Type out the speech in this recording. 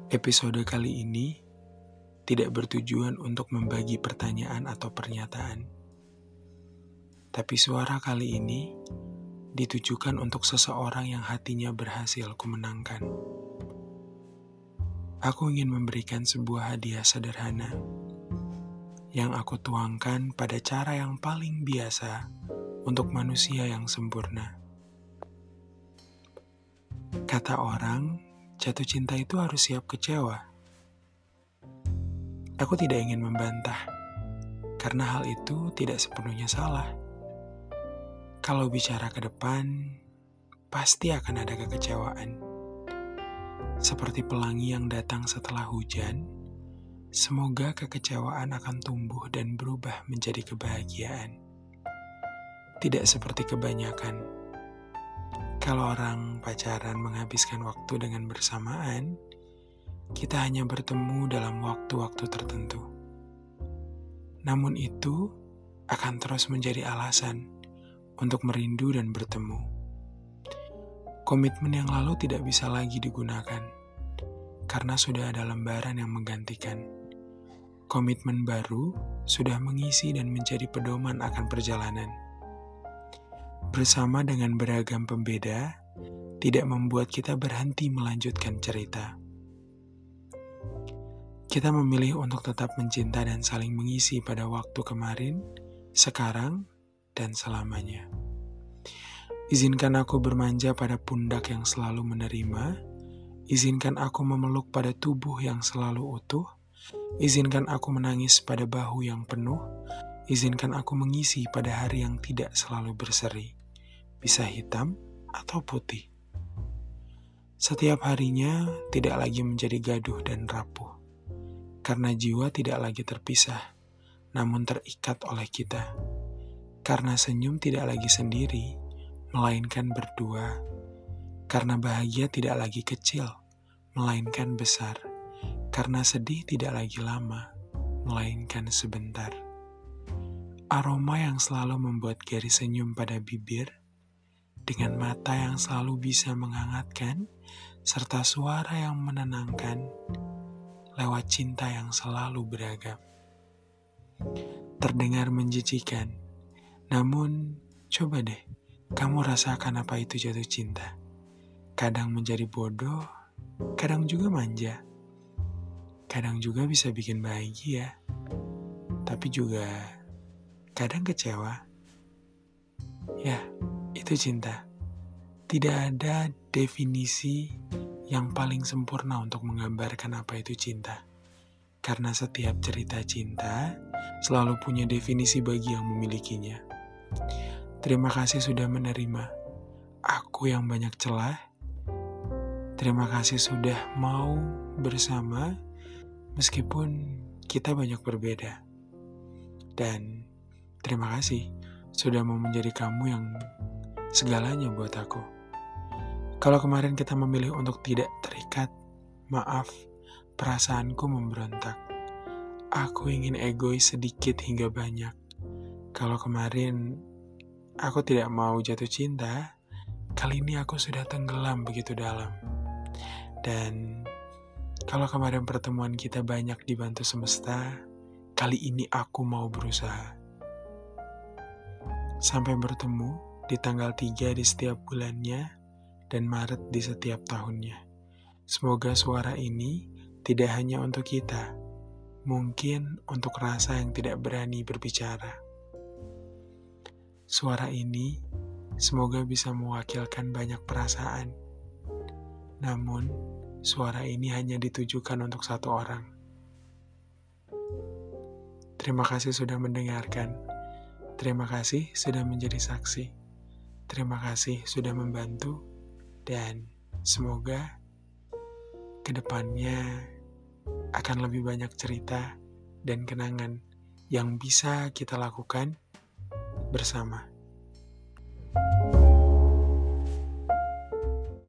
Episode kali ini tidak bertujuan untuk membagi pertanyaan atau pernyataan, tapi suara kali ini ditujukan untuk seseorang yang hatinya berhasil kumenangkan. Aku ingin memberikan sebuah hadiah sederhana yang aku tuangkan pada cara yang paling biasa untuk manusia yang sempurna. Kata orang, jatuh cinta itu harus siap kecewa. Aku tidak ingin membantah, karena hal itu tidak sepenuhnya salah. Kalau bicara ke depan, pasti akan ada kekecewaan. Seperti pelangi yang datang setelah hujan, semoga kekecewaan akan tumbuh dan berubah menjadi kebahagiaan. Tidak seperti kebanyakan. Kalau orang pacaran menghabiskan waktu dengan bersamaan, kita hanya bertemu dalam waktu-waktu tertentu. Namun itu akan terus menjadi alasan untuk merindu dan bertemu. Komitmen yang lalu tidak bisa lagi digunakan, karena sudah ada lembaran yang menggantikan. Komitmen baru sudah mengisi dan menjadi pedoman akan perjalanan. Bersama dengan beragam pembeda, tidak membuat kita berhenti melanjutkan cerita. Kita memilih untuk tetap mencinta dan saling mengisi pada waktu kemarin, sekarang, dan selamanya. Izinkan aku bermanja pada pundak yang selalu menerima, izinkan aku memeluk pada tubuh yang selalu utuh, izinkan aku menangis pada bahu yang penuh, izinkan aku mengisi pada hari yang tidak selalu berseri, bisa hitam atau putih. Setiap harinya tidak lagi menjadi gaduh dan rapuh, karena jiwa tidak lagi terpisah, namun terikat oleh kita. Karena senyum tidak lagi sendiri, melainkan berdua. Karena bahagia tidak lagi kecil, melainkan besar. Karena sedih tidak lagi lama, melainkan sebentar. Aroma yang selalu membuat garis senyum pada bibir, dengan mata yang selalu bisa menghangatkan, serta suara yang menenangkan, lewat cinta yang selalu beragam. Terdengar menjijikan, namun coba deh, kamu rasakan apa itu jatuh cinta. Kadang menjadi bodoh, kadang juga manja. Kadang juga bisa bikin bahagia, tapi juga kadang kecewa. Ya, itu cinta. Tidak ada definisi yang paling sempurna untuk menggambarkan apa itu cinta. Karena setiap cerita cinta selalu punya definisi bagi yang memilikinya. Terima kasih sudah menerima aku yang banyak celah. Terima kasih sudah mau bersama meskipun kita banyak berbeda. Dan terima kasih sudah mau menjadi kamu yang segalanya buat aku. Kalau kemarin kita memilih untuk tidak terikat, maaf, perasaanku memberontak. Aku ingin egois sedikit hingga banyak. Kalau kemarin aku tidak mau jatuh cinta, kali ini aku sudah tenggelam begitu dalam. Dan kalau kemarin pertemuan kita banyak dibantu semesta, kali ini aku mau berusaha. Sampai bertemu di tanggal 3 di setiap bulannya, dan Maret di setiap tahunnya. Semoga suara ini tidak hanya untuk kita, mungkin untuk rasa yang tidak berani berbicara. Suara ini semoga bisa mewakilkan banyak perasaan. Namun, suara ini hanya ditujukan untuk satu orang. Terima kasih sudah mendengarkan. Terima kasih sudah menjadi saksi. Terima kasih sudah membantu. Dan semoga kedepannya akan lebih banyak cerita dan kenangan yang bisa kita lakukan bersama.